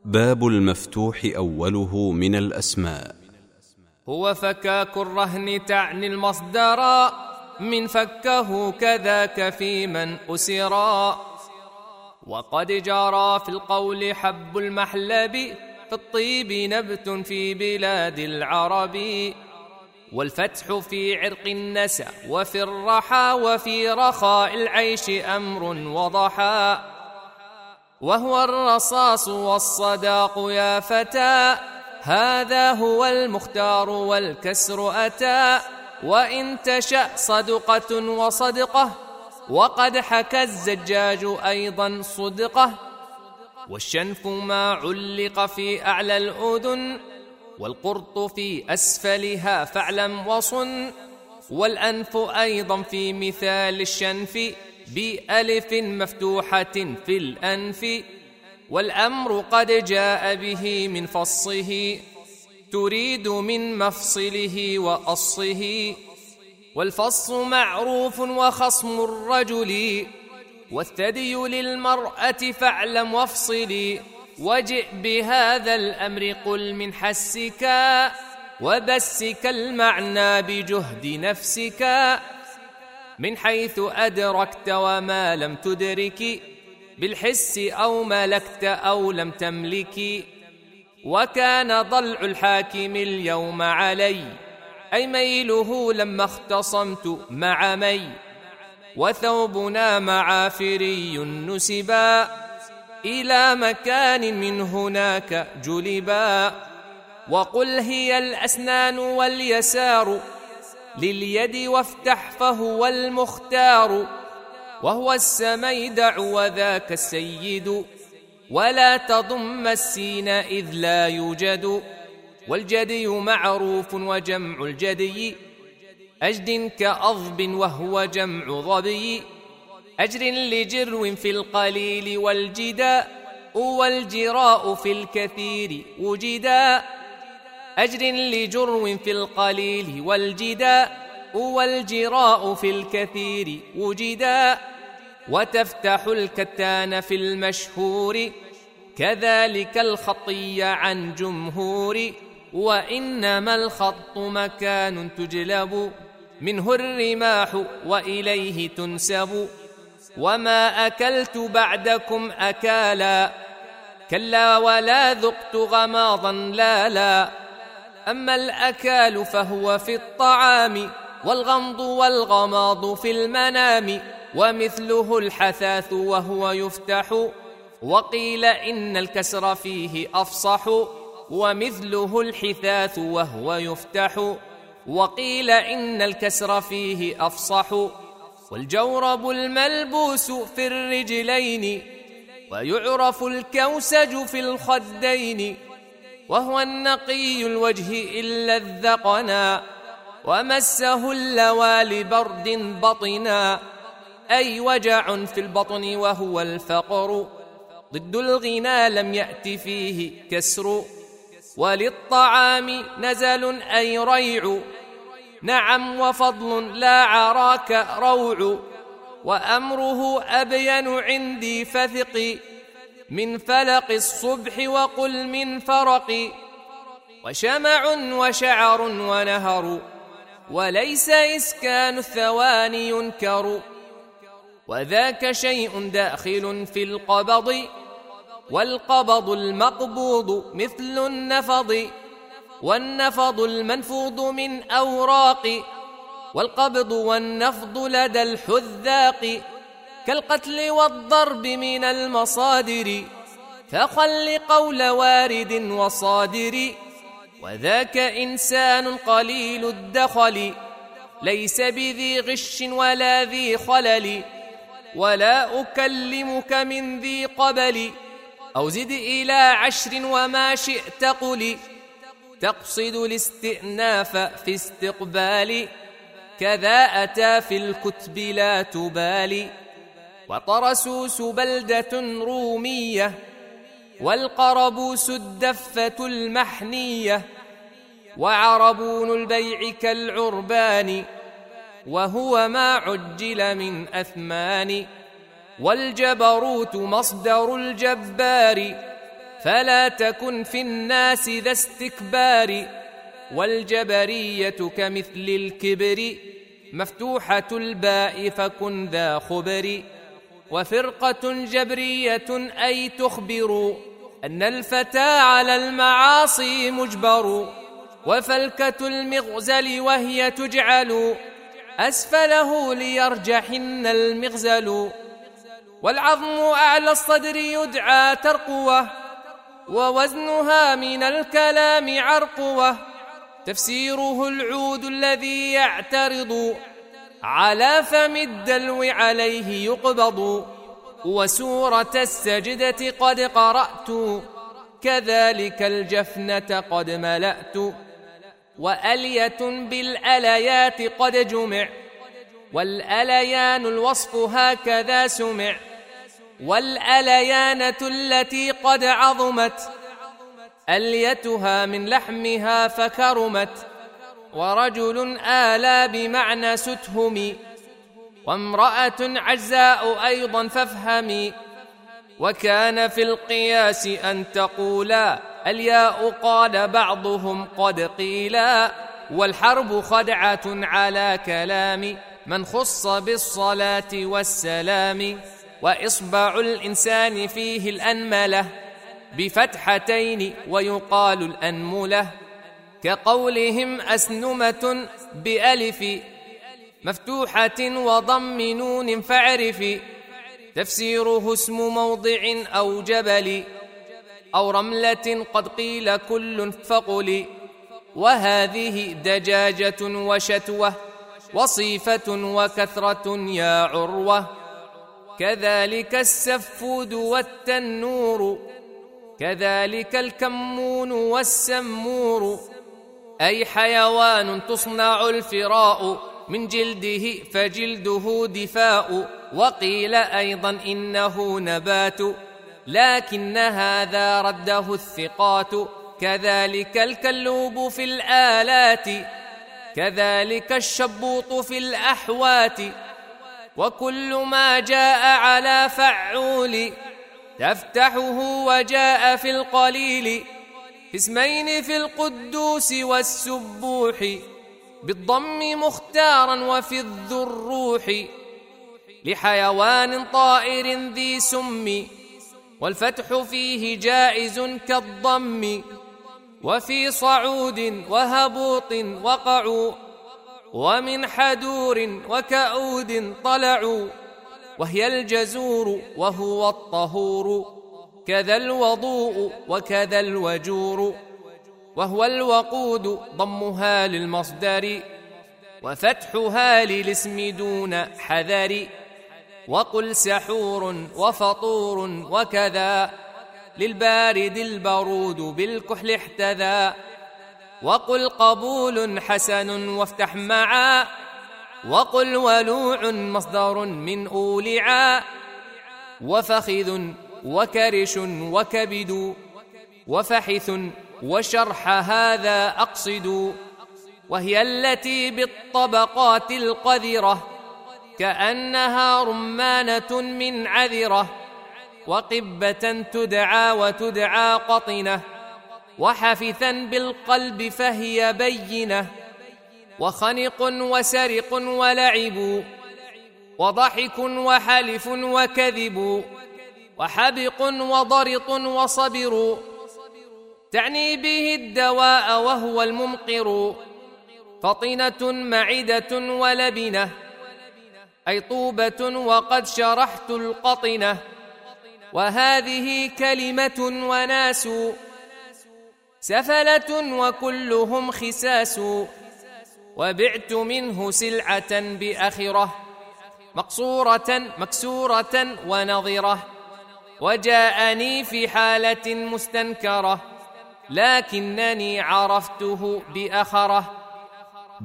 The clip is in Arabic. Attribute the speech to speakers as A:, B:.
A: باب المفتوح أوله من الأسماء.
B: هو فكاك الرهن تعني المصدر من فكه كذاك في من أسرا. وقد جرى في القول حب المحلب في الطيب نبت في بلاد العرب. والفتح في عرق النسى وفي الرحى وفي رخاء العيش أمر وضحى. وهو الرصاص والصداق يا فتى هذا هو المختار والكسر أتى. وإن تشأ صدقة وصدقة وقد حكى الزجاج أيضا صدقه. والشنف ما علق في أعلى الأذن والقرط في أسفلها فاعلم وصن. والأنف أيضا في مثال الشنف بألف مفتوحة في الأنف. والأمر قد جاء به من فصه تريد من مفصله وأصه. والفص معروف وخصم الرجل والثدي للمرأة فاعلم وافصلي. وجئ بهذا الأمر قل من حسك وبسك المعنى بجهد نفسك. من حيث أدركت وما لم تدرك بالحس أو ملكت أو لم تملك. وكان ضلع الحاكم اليوم علي أي ميله لما اختصمت مع مي. وثوبنا معافري نسبا إلى مكان من هناك جلبا. وقل هي الأسنان واليسار لليد وافتح فهو المختار. وهو السميدع وذاك السيد ولا تضم السين إذ لا يوجد. والجدي معروف وجمع الجدي أجد كأضب وهو جمع ظبي. أجر لجرو في القليل والجداء والجراء في الكثير وجدا. أجر لجرو في القليل والجداء والجراء في الكثير وجدا. وتفتح الكتان في المشهور كذلك الخطي عن جمهور. وإنما الخط مكان تجلب منه الرماح وإليه تنسب. وما أكلت بعدكم أكالا كلا ولا ذقت غماضا لا. أما الأكال فهو في الطعام والغمض والغماض في المنام. ومثله الحثاث وهو يفتح وقيل إن الكسر فيه أفصح. ومثله الحثاث وهو يفتح وقيل إن الكسر فيه أفصح. والجورب الملبوس في الرجلين ويعرف الكوسج في الخدين. وهو النقي الوجه إلا الذقنا ومسه اللوى لبرد بطنا. أي وجع في البطن وهو الفقر ضد الغنى لم يأت فيه كسر. وللطعام نزل أي ريع نعم وفضل لا عراك روع. وأمره أبين عندي فثق من فلق الصبح وقل من فرق. وشمع وشعر ونهر وليس إسكان الثواني ينكر. وذاك شيء داخل في القبض والقبض المقبوض مثل النفض. والنفض المنفوض من أوراق والقبض والنفض لدى الحذاق. كالقتل والضرب من المصادر فخل قول وارد وصادر. وذاك إنسان قليل الدخل ليس بذي غش ولا ذي خلل. ولا أكلمك من ذي قبل أو زد إلى 10 وما شئت قل. تقصد الاستئناف في استقبال كذا أتى في الكتب لا تبالي. وطرسوس بلدة رومية والقربوس الدفة المحنية. وعربون البيع كالعربان وهو ما عجل من أثمان. والجبروت مصدر الجبار فلا تكن في الناس ذا استكبار، والجبرية كمثل الكبر، مفتوحة الباء فكن ذا خبر. وفرقة جبرية أي تخبر أن الفتى على المعاصي مجبر، وفلكة المغزل وهي تجعل أسفله ليرجحن المغزل. والعظم أعلى الصدر يدعى ترقوة، ووزنها من الكلام عرقوة. تفسيره العود الذي يعترض على فم الدلو عليه يقبض. وسورة السجدة قد قرأت، كذلك الجفنة قد ملأت. وألية بالأليات قد جمع، والأليان الوصف هكذا سمع. والأليانة التي قد عظمت، أليتها من لحمها فكرمت. ورجل آلى بمعنى ستهم، وامرأة عجزاء أيضا فافهمي. وكان في القياس أن تقولا الياء، قال بعضهم قد قيلا. والحرب خدعة على كلام من خص بالصلاة والسلام. وإصبع الإنسان فيه الأنملة بفتحتين، ويقال الأنملة، كقولهم أسنمة بألف مفتوحة وضم نون فاعرف. تفسيره اسم موضع أو جبل أو رملة، قد قيل كل فقل. وهذه دجاجة وشتوة، وصيفة وكثرة يا عروة. كذلك السفود والتنور، كذلك الكمون والسمور. أي حيوان تصنع الفراء من جلده، فجلده دفاء. وقيل أيضا إنه نبات، لكن هذا رده الثقات. كذلك الكلوب في الآلات، كذلك الشبوط في الأحوات. وكل ما جاء على فعول تفتحه، وجاء في القليل في اسمين في القدوس والسبوح، بالضم مختارا وفي الذروح. لحيوان طائر ذي سم، والفتح فيه جائز كالضم. وفي صعود وهبوط وقعوا، ومن حدور وكؤود طلعوا. وهي الجزور وهو الطهور، كذا الوضوء وكذا الوجور. وهو الوقود ضمها للمصدر، وفتحها للاسم دون حذر. وقل سحور وفطور وكذا، للبارد البرود بالكحل احتذا. وقل قبول حسن وافتح معا، وقل ولوع مصدر من أولعا. وفخذ وكرش وكبد، وفحث وشرح هذا أقصد. وهي التي بالطبقات القذرة، كأنها رمانة من عذرة. وقبة تدعى وتدعى قطنة، وحفثا بالقلب فهي بينة. وخنق وسرق ولعب، وضحك وحلف وكذب. وحبق وضرط وصبر، تعني به الدواء وهو الممقر. فطنة معدة ولبنة، أي طوبة وقد شرحت القطنة. وهذه كلمة وناس، سفلة وكلهم خساس. وبعت منه سلعة بأخرة، مقصورة مكسورة ونظرة. وجاءني في حالة مستنكرة، لكنني عرفته بأخره.